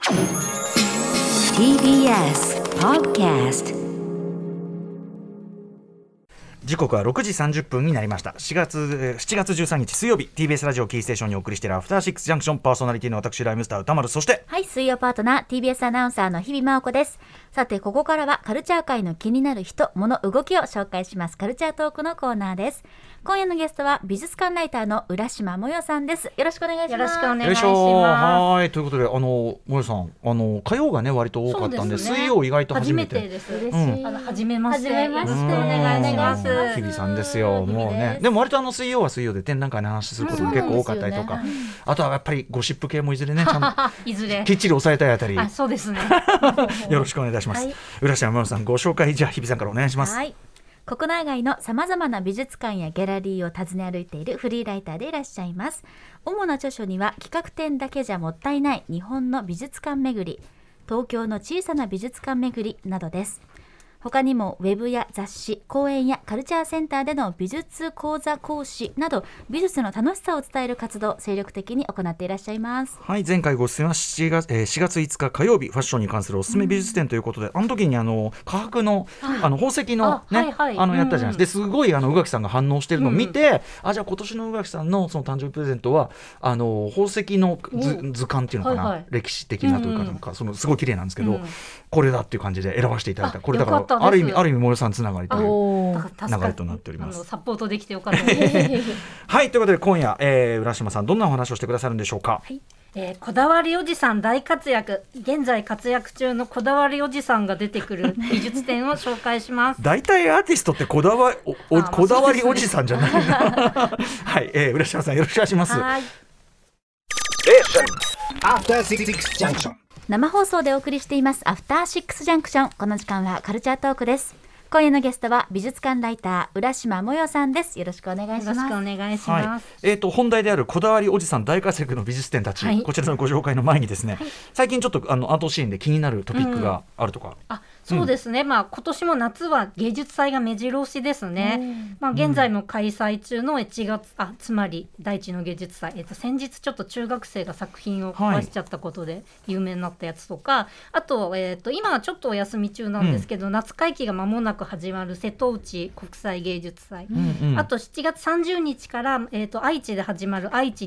TBS Podcast。 時刻は6時30分になりました。7月13日水曜日、 TBS ラジオキーステーションにお送りしているアフターシックスジャンクション、パーソナリティの私ライムスター歌丸、そしてはい、水曜パートナー TBS アナウンサーの日々真央子です。さて、ここからはカルチャー界の気になる人物動きを紹介します。カルチャートークのコーナーです。今夜のゲストは美術館ライターの浦島もよさんです。よろしくお願いします。 よろしくお願いします。 はい、ということでもよさん、火曜がね割と多かったんで、水曜意外と初めてです。嬉しい。初めまして。よろしくお願いします。 日 々さんですよ。もうね、でも割と水曜は水曜で展覧会の話することも結構多かったりとか、あとはやっぱりゴシップ系もいずれね、ちゃんといずれきっちり抑えたいあたり、 そうですね。 よろしくお願いいたします。浦島もよさん、ご紹介じゃあ日々さんからお願いします。 はい、国内外のさまざまな美術館やギャラリーを訪ね歩いているフリーライターでいらっしゃいます。主な著書には、企画展だけじゃもったいない日本の美術館巡り、東京の小さな美術館巡りなどです。他にもウェブや雑誌、講演やカルチャーセンターでの美術講座講師など、美術の楽しさを伝える活動を精力的に行っていらっしゃいます。 はい、前回ご出演は4月5日火曜日、ファッションに関するおすすめ美術展ということで、あの時に科博の、宝石のね、やったじゃないですか。ですごい宇垣さんが反応してるのを見て、じゃあ今年の宇垣さんのその誕生日プレゼントは宝石の図鑑っていうのかな、歴史的なというか、そのすごい綺麗なんですけど、これだっていう感じで選ばせていただいた。これだからある意味もよさんつながりという流れとなっております。 サポートできてよかったです。 はい、ということで今夜、浦島さんどんなお話をしてくださるんでしょうか。 こだわりおじさん大活躍、現在活躍中のこだわりおじさんが出てくる美術展を紹介します。 大体アーティストってこだわりおじさんじゃないな。はい、浦島さんよろしくお願いします。はい、 生放送でお送りしていますアフターシックスジャンクション。この時間はカルチャートークです。今夜のゲストは美術館ライター浦島もよさんです。よろしくお願いします。 よろしくお願いします。 本題であるこだわりおじさん大活躍の美術展たち、こちらのご紹介の前にですね、最近ちょっとアートシーンで気になるトピックがあるとか。 そうですね、今年も夏は芸術祭が目白押しですね。現在も開催中の1月、つまり第一の芸術祭、先日ちょっと中学生が作品を壊しちゃったことで有名になったやつとか、あと、今はちょっとお休み中なんですけど、夏会期が間もなく始まる瀬戸内国際芸術祭、あと7月30日から、愛知で始まる愛知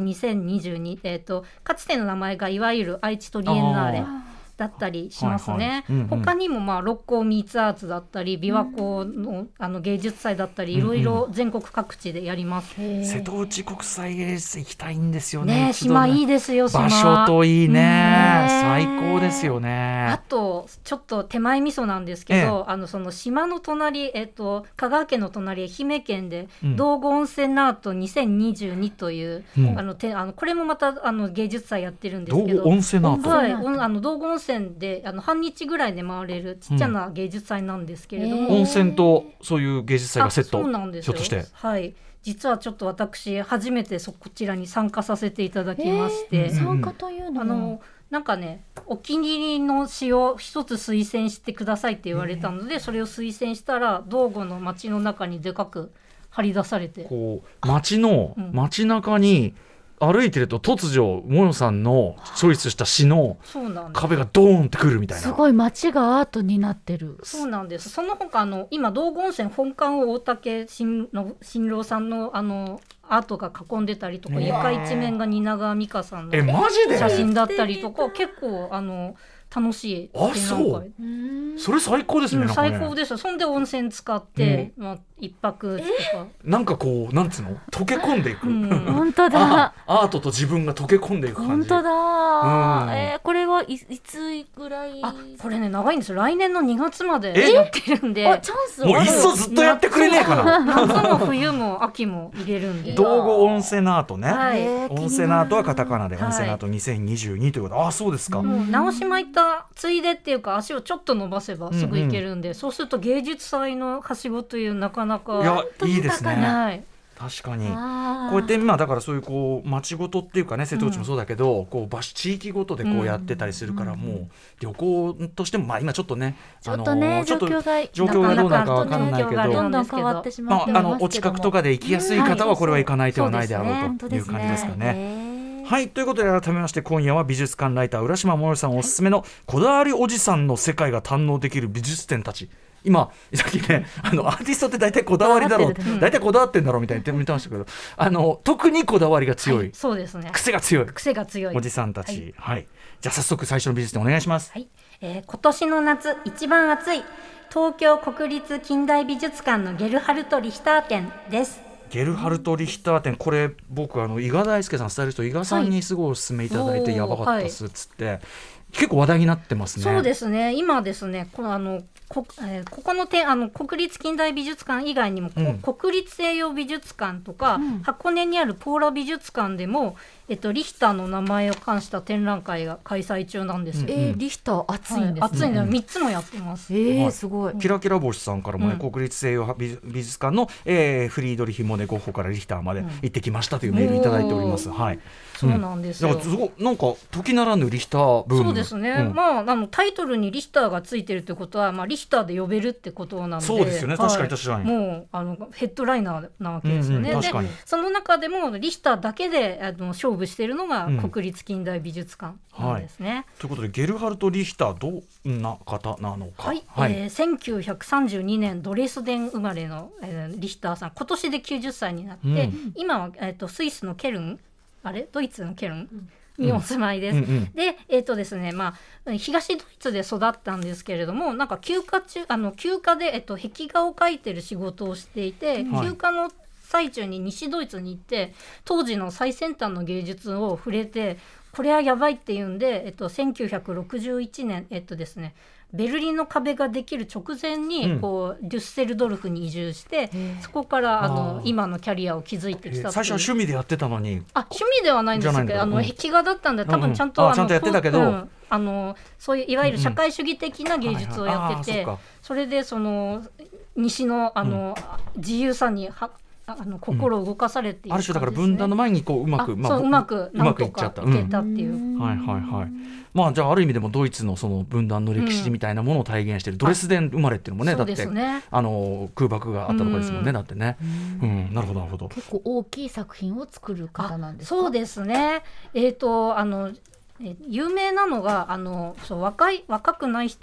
2022、かつての名前がいわゆる愛知トリエンナーレだったりしますね。他にも六甲ミーツアーツだったり琵琶湖の、芸術祭だったり、いろいろ全国各地でやります。 瀬戸内国際芸術行きたいんですよね。 島いいですよ。 場所といいね、最高ですよね。 あとちょっと手前味噌なんですけど、その島の隣、香川県の隣愛媛県で、道後温泉ナート2022という、これもまた芸術祭やってるんですけど、 道後温泉ナート、 道後温泉で半日ぐらいで回れるちっちゃな芸術祭なんですけれども、 温泉とそういう芸術祭がセット。 そうなんですよ。 ひょっとして、 はい、実はちょっと私初めてこちらに参加させていただきまして、 参加というのはなんかね、お気に入りの詩を一つ推薦してくださいって言われたので、それを推薦したら道後の街の中にでかく張り出されて、 こう街中に歩いてると突如もよさんのチョイスした詩の壁がドーンってくるみたいな。 すごい街がアートになってる。 そうなんです。その他今道後温泉本館を大竹新郎さんのアートが囲んでたりとか、床一面が蜷川美香さんの写真だったりとか、結構楽しい展覧会。 それ最高ですね。 最高です。そんで温泉使って、一泊とか、 なんかこうなんつうの、溶け込んでいく、 本当だ。 アートと自分が溶け込んでいく感じ。 本当だ。これはいつぐらい？ これね、長いんですよ。来年の2月までやってるんで、 チャンスもういっそずっとやってくれねえかな。 夏も冬も秋も入れるんで。 道後温泉アートね、温泉アートはカタカナで、温泉アート2022ということ。そうですか。 直島行ったついでっていうか、足をちょっと伸ばせばすぐ行けるんで、そうすると芸術祭のはしごという、なかなかいいですね。確かにこうやってだからそういうこう町ごとっていうかね、瀬戸内もそうだけど、こう地域ごとでこうやってたりするから、もう旅行としても今ちょっとね、 状況がどうなるか分かんないけど、 どんどん変わってしまってますけども、 お近くとかで行きやすい方はこれは行かない手はないであろうという感じですかね。 はい、ということで改めまして今夜は美術館ライター浦島もよさんおすすめのこだわりおじさんの世界が堪能できる美術展たち。今さっきねアーティストって大体こだわりだろう、大体こだわってんだろうみたいに言ってましたけど特にこだわりが強い、 そうですね、 癖が強いおじさんたち、はいじゃあ早速最初の美術展お願いします。 はい、今年の夏一番暑い東京国立近代美術館のゲルハルト・リヒター展です。 ゲルハルト・リヒター展、これ僕伊賀大輔さんスタイリスト伊賀さんにすごいお勧めいただいてやばかったっすっつって、結構話題になってますね。 そうですね、今ですねここの点国立近代美術館以外にも、国立西洋美術館とか、箱根にあるポーラ美術館でも、リヒターの名前を冠した展覧会が開催中なんですよ。 リヒター熱いんですね。 熱いの3つもやってます。 すごい。 キラキラ星さんからもね、国立西洋美術館の、フリードリヒ・モネ・ゴッホからリヒターまで行ってきましたというメールいただいております。はい。 そうなんですよ。 なんか時ならぬリヒターブーム。 そうですね。タイトルにリヒターがついてるってことは、リヒターで呼べるってことなので。 そうですよね。確かに。 もうヘッドライナーなわけですよね。で、その中でもリヒターだけで勝負しているのが国立近代美術館なんですね。 ということでゲルハルト・リヒターどんな方なのか。 1932年ドレスデン生まれの、リヒターさん、今年で90歳になって、今は、スイスのケルンドイツのケルンにお住まいです。で、ですね、東ドイツで育ったんですけれども、なんか休暇で、壁画を描いてる仕事をしていて、休暇の最中に西ドイツに行って当時の最先端の芸術を触れて、これはやばいっていうんで、1961年ですね、ベルリンの壁ができる直前にデュッセルドルフに移住して、そこから今のキャリアを築いてきた。 最初は趣味でやってたのに。 趣味ではないんですけど、壁画だったんで多分ちゃんとやってたけど、 そういういわゆる社会主義的な芸術をやってて、それでその西の自由さに心を動かされている、 ある種だから分断の前にうまくいっちゃった、 いけたっていう、 じゃあある意味でもドイツのその分断の歴史みたいなものを体現している、ドレスデン生まれっていうのもね、だって空爆があったところですもんね、だってね。なるほどなるほど。 結構大きい作品を作る方なんですか。 そうですね。有名なのが若くない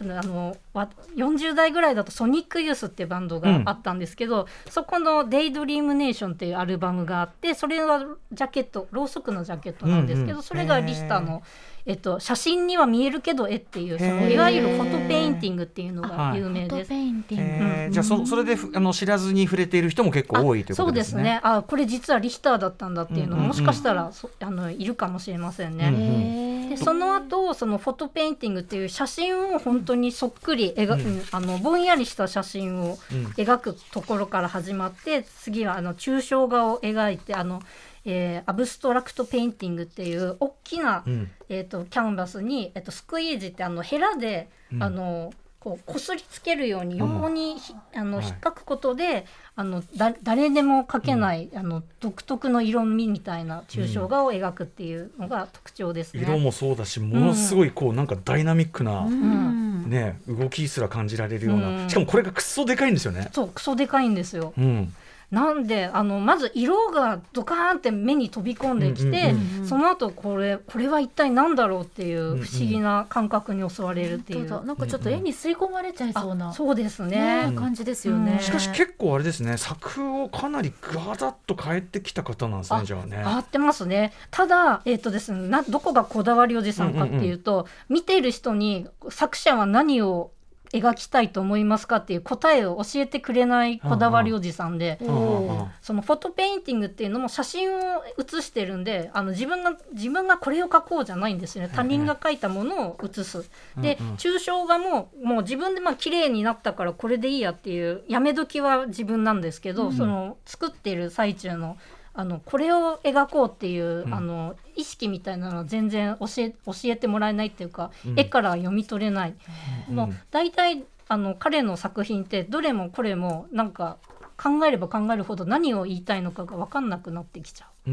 40代ぐらいだとソニックユースっていうバンドがあったんですけど、そこのデイドリームネーションっていうアルバムがあって、それはジャケット、ろうそくのジャケットなんですけど、それがリヒターの写真には見えるけど絵っていう、そのいわゆるフォトペインティングっていうのが有名です。 じゃあそれで知らずに触れている人も結構多いということですね。 そうですね。これ実はリヒターだったんだっていうのもしかしたらいるかもしれませんね。でその後そのフォトペインティングっていう写真を本当にそっくりぼんやりした写真を描くところから始まって、次は抽象画を描いてアブストラクトペインティングっていう大きな、キャンバスに、スクイージってヘラで、こすりつけるように横に引っかくことで誰でも描けない、独特の色味みたいな抽象画を描くっていうのが特徴ですね。 色もそうだし、ものすごいなんかダイナミックな、動きすら感じられるような、しかもこれがクソでかいんですよね。 そう、クソでかいんですよ。なんでまず色がドカーンって目に飛び込んできて、その後これは一体何だろうっていう不思議な感覚に襲われるっていう、 なんかちょっと絵に吸い込まれちゃいそうな、 そうですね、 感じですよね。 しかし結構あれですね、作風をかなりガザッと変えてきた方なんですね。じゃあね、 変わってますね。ただですね、どこがこだわりおじさんかっていうと、見ている人に作者は何を描きたいと思いますかっていう答えを教えてくれないこだわりおじさんで、そのフォトペインティングっていうのも写真を写してるんで、自分がこれを描こうじゃないんですよね。他人が描いたものを写す。で、抽象画ももう自分で綺麗になったからこれでいいやっていうやめ時は自分なんですけど、その作っている最中のこれを描こうっていう、意識みたいなのは全然教えてもらえないっていうか、絵から読み取れない。もう大体彼の作品ってどれもこれもなんか考えれば考えるほど何を言いたいのかが分かんなくなってきちゃう。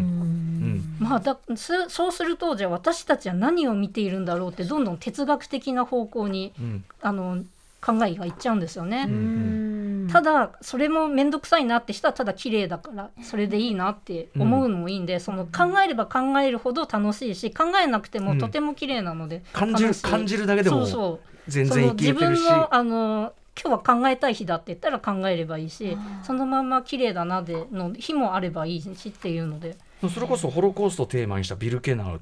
そうすると、じゃあ私たちは何を見ているんだろうってどんどん哲学的な方向に、考えがいっちゃうんですよね。 ただそれも面倒くさいなって人はただ綺麗だからそれでいいなって思うのもいいんで、その考えれば考えるほど楽しいし、考えなくてもとても綺麗なので、 感じるだけでも全然生きれてるし、 自分の今日は考えたい日だって言ったら考えればいいし、そのまま綺麗だなでの日もあればいいしっていうので、 それこそホロコーストをテーマにしたビルケナウって、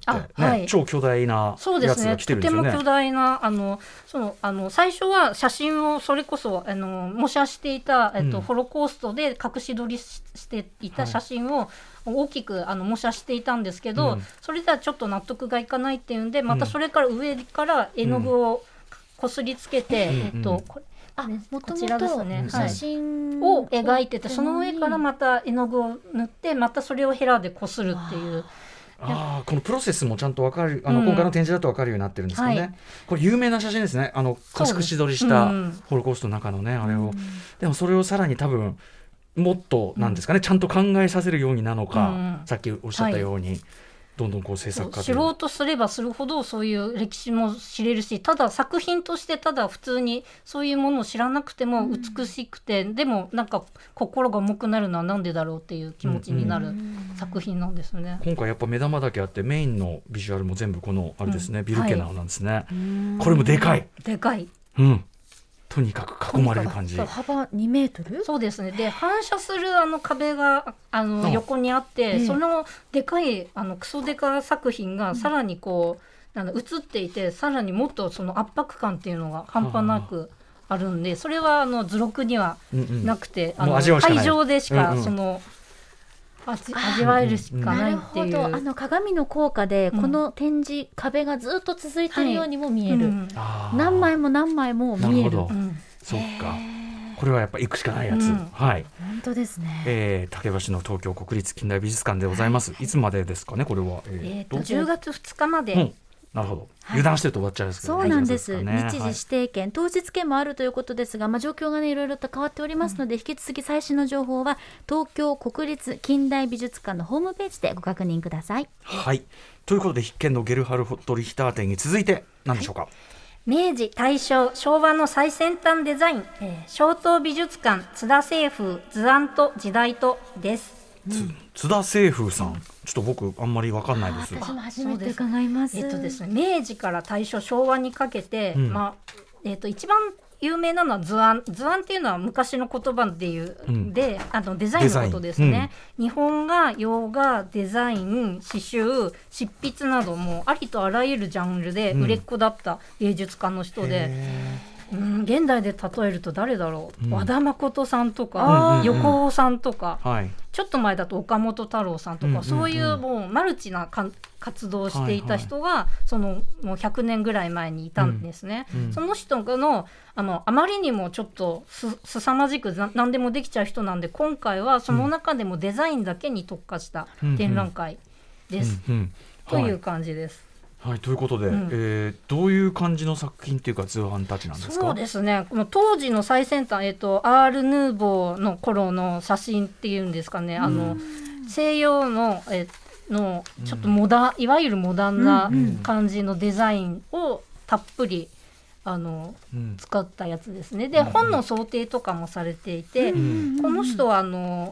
超巨大なやつが来てるんですよね。 とても巨大な最初は写真をそれこそ模写していた、ホロコーストで隠し撮りしていた写真を大きく模写していたんですけど、それではちょっと納得がいかないっていうんで、またそれから上から絵の具をこすりつけて、 もともと写真を描いてて、その上からまた絵の具を塗ってまたそれをヘラでこするっていう。 このプロセスもちゃんと分かる、今回の展示だと分かるようになってるんですかね、これ有名な写真ですね、隠し撮りしたホロコーストの中のね、あれを、でもそれをさらに多分もっとなんですかね、ちゃんと考えさせるようになのか、さっきおっしゃったように、どんどんこう制作家で知ろうとすればするほどそういう歴史も知れるし、ただ作品としてただ普通にそういうものを知らなくても美しくて、でもなんか心が重くなるのはなんでだろうっていう気持ちになる作品なんですね。 今回やっぱ目玉だけあってメインのビジュアルも全部このあれですね、ビルケナウなんですね。これもでかい、とにかく囲まれる感じ。 幅2メートル？ そうですね。で反射する壁が横にあって、そのでかいクソデカ作品がさらにこう映っていて、さらにもっとその圧迫感っていうのが半端なくあるんで、それは図録にはなくて、会場でしかその味わえるしかないっていう。 なるほど。鏡の効果でこの展示、壁がずっと続いているようにも見える、何枚も何枚も見える。 そっか、これはやっぱ行くしかないやつ、はい、 本当ですね。 竹橋の東京国立近代美術館でございます。いつまでですかね、これは。 10月2日まで。 なるほど、油断してると終わっちゃうんですけど、 そうなんです、日時指定券、当日券もあるということですが、状況がねいろいろと変わっておりますので、引き続き最新の情報は東京国立近代美術館のホームページでご確認ください。 はい、ということで必見のゲルハルト・リヒター展に続いて何でしょうか。 明治大正昭和の最先端デザイン、松濤美術館津田清風図案と時代とです。 津田清風さん、ちょっと僕あんまり分かんないです。 私も初めて伺います。 ですね、明治から大正昭和にかけて、一番有名なのは図案っていうのは昔の言葉でいう、でデザインのことですね。日本画、洋画、デザイン、刺繍、執筆などもありとあらゆるジャンルで売れっ子だった芸術家の人で、現代で例えると誰だろう、和田誠さんとか、横尾さんとか、ちょっと前だと岡本太郎さんとか、そういうもうマルチな活動をしていた人が、もう100年ぐらい前にいたんですね。その人のあまりにもちょっとすさまじく何でもできちゃう人なんで、今回はその中でもデザインだけに特化した展覧会です、という感じです。 はい、ということで、どういう感じの作品というか図案たちなんですか。 そうですね、当時の最先端、アール・ヌーボーの頃の写真っていうんですかね、西洋の、ちょっといわゆるモダンな感じのデザインをたっぷり使ったやつですね。で、本の想定とかもされていて、この人は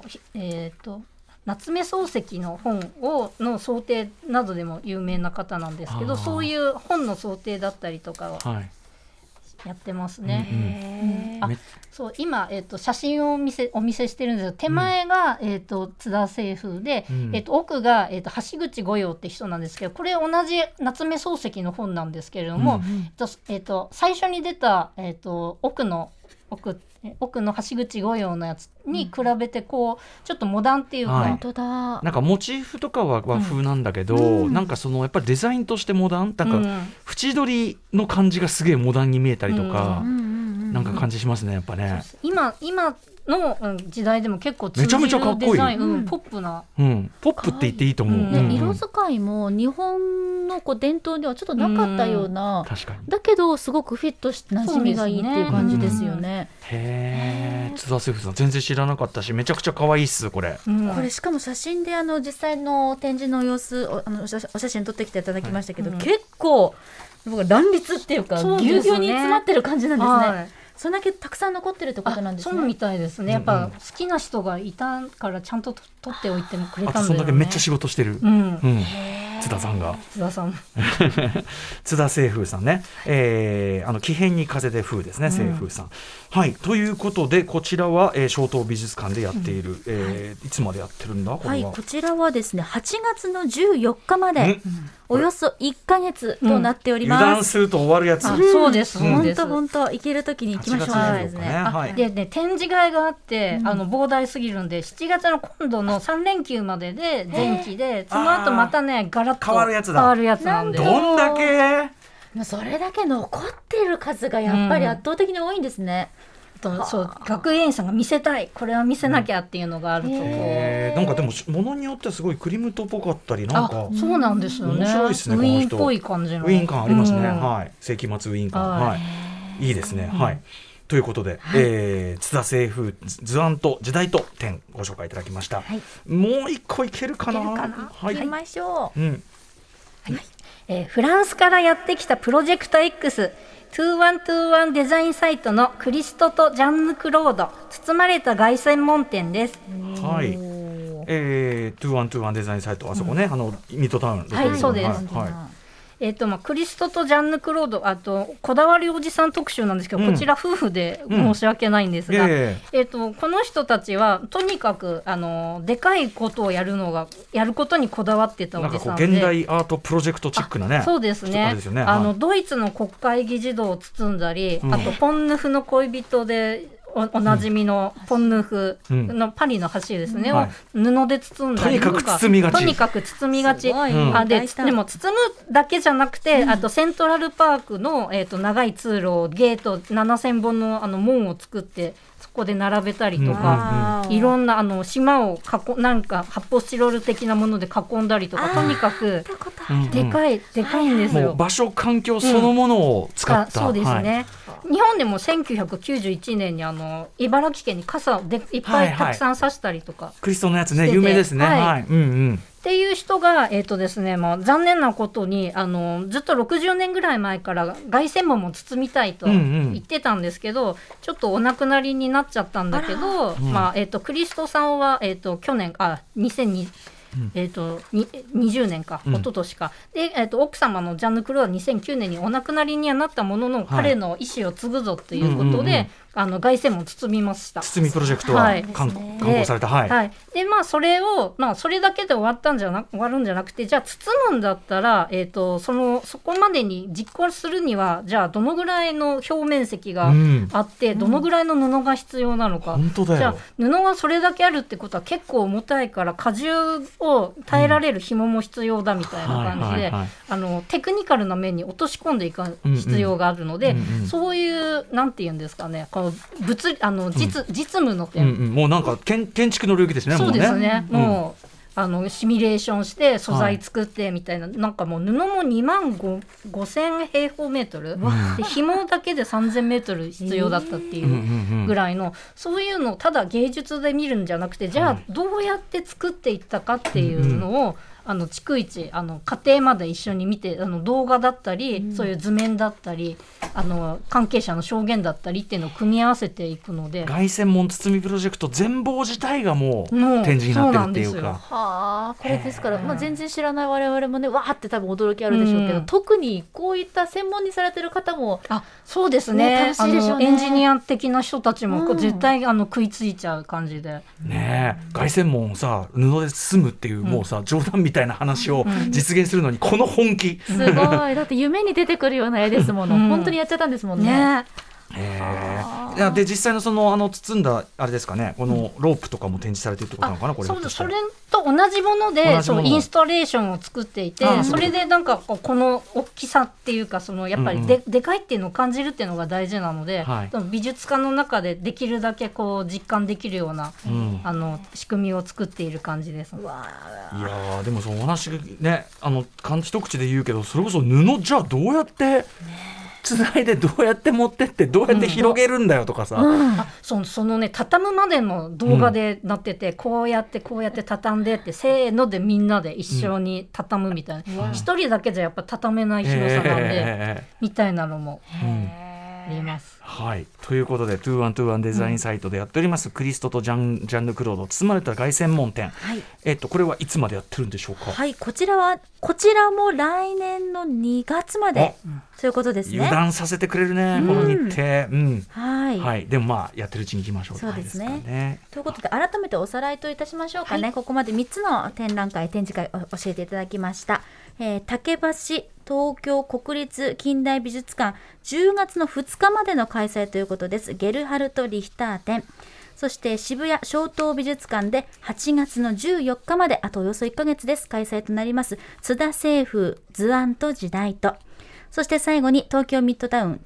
夏目漱石の本の想定などでも有名な方なんですけど、そういう本の想定だったりとかをやってますね。そう今、写真をお見せしてるんですけど、手前が、津田清風で、奥が、橋口五葉って人なんですけど、これ同じ夏目漱石の本なんですけれども、最初に出た、奥の橋口五葉のやつに比べてこうちょっとモダンっていうか、 なんかモチーフとかは和風なんだけど、なんかやっぱりデザインとしてモダン、なんか縁取りの感じがすげえモダンに見えたりとか、なんか感じしますね、やっぱね。 今の時代でも結構通じるデザイン、めちゃめちゃかっこいい、ポップな、 ポップって言っていいと思う。 色使いも日本の伝統ではちょっとなかったような、だけどすごくフィットして馴染みがいいっていう感じですよね。 へえ、津田清風さん全然知らなかったし、めちゃくちゃ可愛いっすこれ。 これしかも写真で実際の展示の様子お写真撮ってきていただきましたけど、結構乱立っていうかぎゅうぎゅうに詰まってる感じなんですね。 そんだけたくさん残ってるってことなんですね。 そうみたいですね。やっぱ好きな人がいたからちゃんと取っておいてもくれたんだよね。 そんだけめっちゃ仕事してる、津田さんが津田清風さんね、木偏に風で風ですね、清風さん、はい、ということでこちらは、松濤美術館でやっている、いつまでやってるんだこれは。 はい、こちらはですね8月の14日までおよそ1ヶ月となっております。 油断すると終わるやつ。 そうです。 本当行ける時に行きましょうですね。 で展示会があって、膨大すぎるんで7月の今度の3連休までで前期で、その後またねガラッと変わるやつなんで。 どんだけそれだけ残っている数がやっぱり圧倒的に多いんですね。 そう学芸員さんが見せたい、これは見せなきゃっていうのがあるとなんかでも物によってはすごいクリムトっぽかったりなんかそうなんですよね。 面白いですね。 ウィーンっぽい感じのウィーン感ありますね、はい、世紀末ウィーン感、はい、いいですね、はい。ということで、津田清風図案と時代と展ご紹介いただきました、はい、もう一個いけるかな。 はい、行きましょう、 フランスからやってきたプロジェクト X2121 デザインサイトのクリストとジャンヌ・クロード包まれた凱旋門店です。 はい、2121デザインサイト、あそこね、ミッドタウン、 はい、そうです、クリストとジャンヌ・クロード、あとこだわりおじさん特集なんですけど、こちら夫婦で申し訳ないんですが、この人たちはとにかくでかいことをやることにこだわってたおじさんで、 現代アートプロジェクトチックなね。 そうですね、ドイツの国会議事堂を包んだり、あとポンヌフの恋人でおなじみのポンヌフのパリの橋ですね、を布で包んだりとか、 とにかく包みがち、 でも包むだけじゃなくて、あとセントラルパークの、長い通路をゲート7000本の門を作ってそこで並べたりとか、いろんな島をなんか発泡スチロール的なもので囲んだりとか、とにかくでかいんですよ。 もう場所環境そのものを使った、 そうですね、日本でも1991年に茨城県に傘をいっぱいたくさん刺したりとか、 クリストのやつね、有名ですね、 っていう人が、ですね、残念なことにずっと60年ぐらい前から凱旋門も包みたいと言ってたんですけど、ちょっとお亡くなりになっちゃったんだけど、クリストさんは、去年2020年か、一昨年かで、奥様のジャンヌ・クローは2009年にお亡くなりにはなったものの、彼の意思を継ぐぞということで、凱旋門包みました。 包みプロジェクトは刊行された、 でそれを、それだけで終わるんじゃなくて、じゃあ包むんだったら、そこまでに実行するには、じゃあどのぐらいの表面積があって、どのぐらいの布が必要なのか、じゃあ布がそれだけあるってことは結構重たいから、荷重を耐えられる紐も必要だみたいな感じで、テクニカルな面に落とし込んでいく必要があるので、そういうなんていうんですかね、実務の点、 もうなんか建築の領域ですね。 そうですね、もうシミュレーションして素材作ってみたいな、なんかもう布も2万5000平方メートルで、紐だけで3000メートル必要だったっていうぐらいの、そういうのをただ芸術で見るんじゃなくて、じゃあどうやって作っていったかっていうのを、逐一家庭まで一緒に見て、動画だったり、そういう図面だったり、関係者の証言だったりっていうのを組み合わせていくので、 凱旋門包みプロジェクト全貌自体がもう展示になってるっていうか、 これですから、全然知らない我々もね、わーって多分驚きあるでしょうけど、特にこういった専門にされてる方もそうですね、 楽しいでしょうね。 エンジニア的な人たちも絶対食いついちゃう感じで、 凱旋門をさ布で包むっていう、もうさ冗談みたいな話を実現するのにこの本気、 すごい。だって夢に出てくるような絵ですもの、本当にやっちゃったんですもんね。 で実際の包んだあれですかね、このロープとかも展示されているってことなのかな、これ。 それと同じものでインストレーションを作っていて、それでなんかこの大きさっていうか、やっぱりでかいっていうのを感じるっていうのが大事なので、美術館の中でできるだけ実感できるような仕組みを作っている感じです。いやでもそのお話ね、一口で言うけど、それこそ布じゃあどうやってつないで、どうやって持ってってどうやって広げるんだよとかさ、 そのね、畳むまでの動画でなってて、こうやって畳んでって、せーのでみんなで一緒に畳むみたいな、一人だけじゃやっぱ畳めない広さなんで、みたいなのも、 ります。 はい、ということで2121デザインサイトでやっております、クリストとジャンヌ・クロード包まれた凱旋門店、はい、これはいつまでやってるんでしょうか。 はい、こちらも来年の2月までということですね。 油断させてくれるね、この日程、 はい、 はい、でもまあやってるうちに行きましょう。 そうですね。ということで改めておさらいといたしましょうかね、はい、ここまで3つの展示会を教えていただきました。竹橋東京国立近代美術館10月の2日までの開催ということです。ゲルハルト・リヒター展、そして渋谷小東美術館で8月の14日まで、あとおよそ1ヶ月です、開催となります津田清風図案と時代と、そして最後に東京ミッドタウン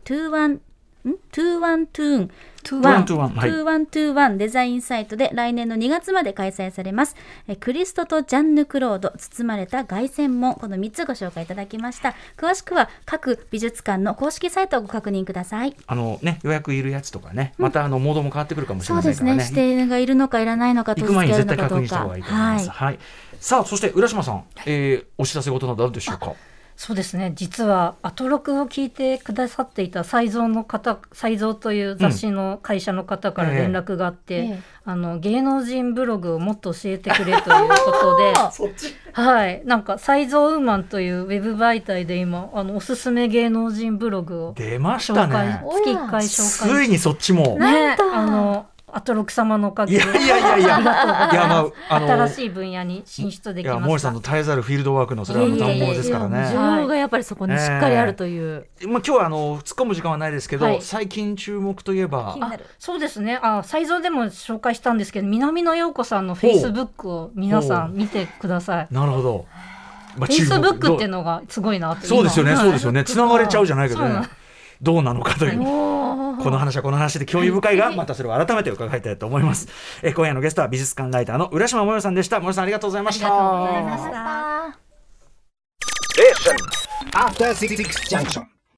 2121デザインサイトで来年の2月まで開催されます。クリストとジャンヌ・クロード包まれた凱旋門、この3つご紹介いただきました。詳しくは各美術館の公式サイトをご確認ください。 予約いるやつとかね、またモードも変わってくるかもしれませんからね。 そうですね、指定がいるのかいらないのか、 行く前に絶対確認した方がいいと思います。はい、さあそして浦島さん、お知らせ事などあるでしょうか。 そうですね、実はアトロクを聞いてくださっていた才蔵という雑誌の会社の方から連絡があって、芸能人ブログをもっと教えてくれということではい、なんか才蔵ウーマンというウェブ媒体で今おすすめ芸能人ブログを出ましたね。 月1回紹介、 ついにそっちもね、アトロク様のおかげでありがとうございます。新しい分野に進出できました。 毛利さんの絶えざるフィールドワークのそれは賜物ですからね。 需要がやっぱりそこにしっかりあるという、 今日は突っ込む時間はないですけど、最近注目といえばそうですね、才蔵でも紹介したんですけど、南野陽子さんのフェイスブックを皆さん見てください。 なるほど、 フェイスブックっていうのがすごいなって。 そうですよね、つながれちゃうじゃないけどね、どうなのかというこの話はこの話で興味深いが、またそれを改めて伺いたいと思います。今夜のゲストは美術館ライターの浦島もよさんでした。もよさん、ありがとうございました。 ありがとうございました。 After 66 junction.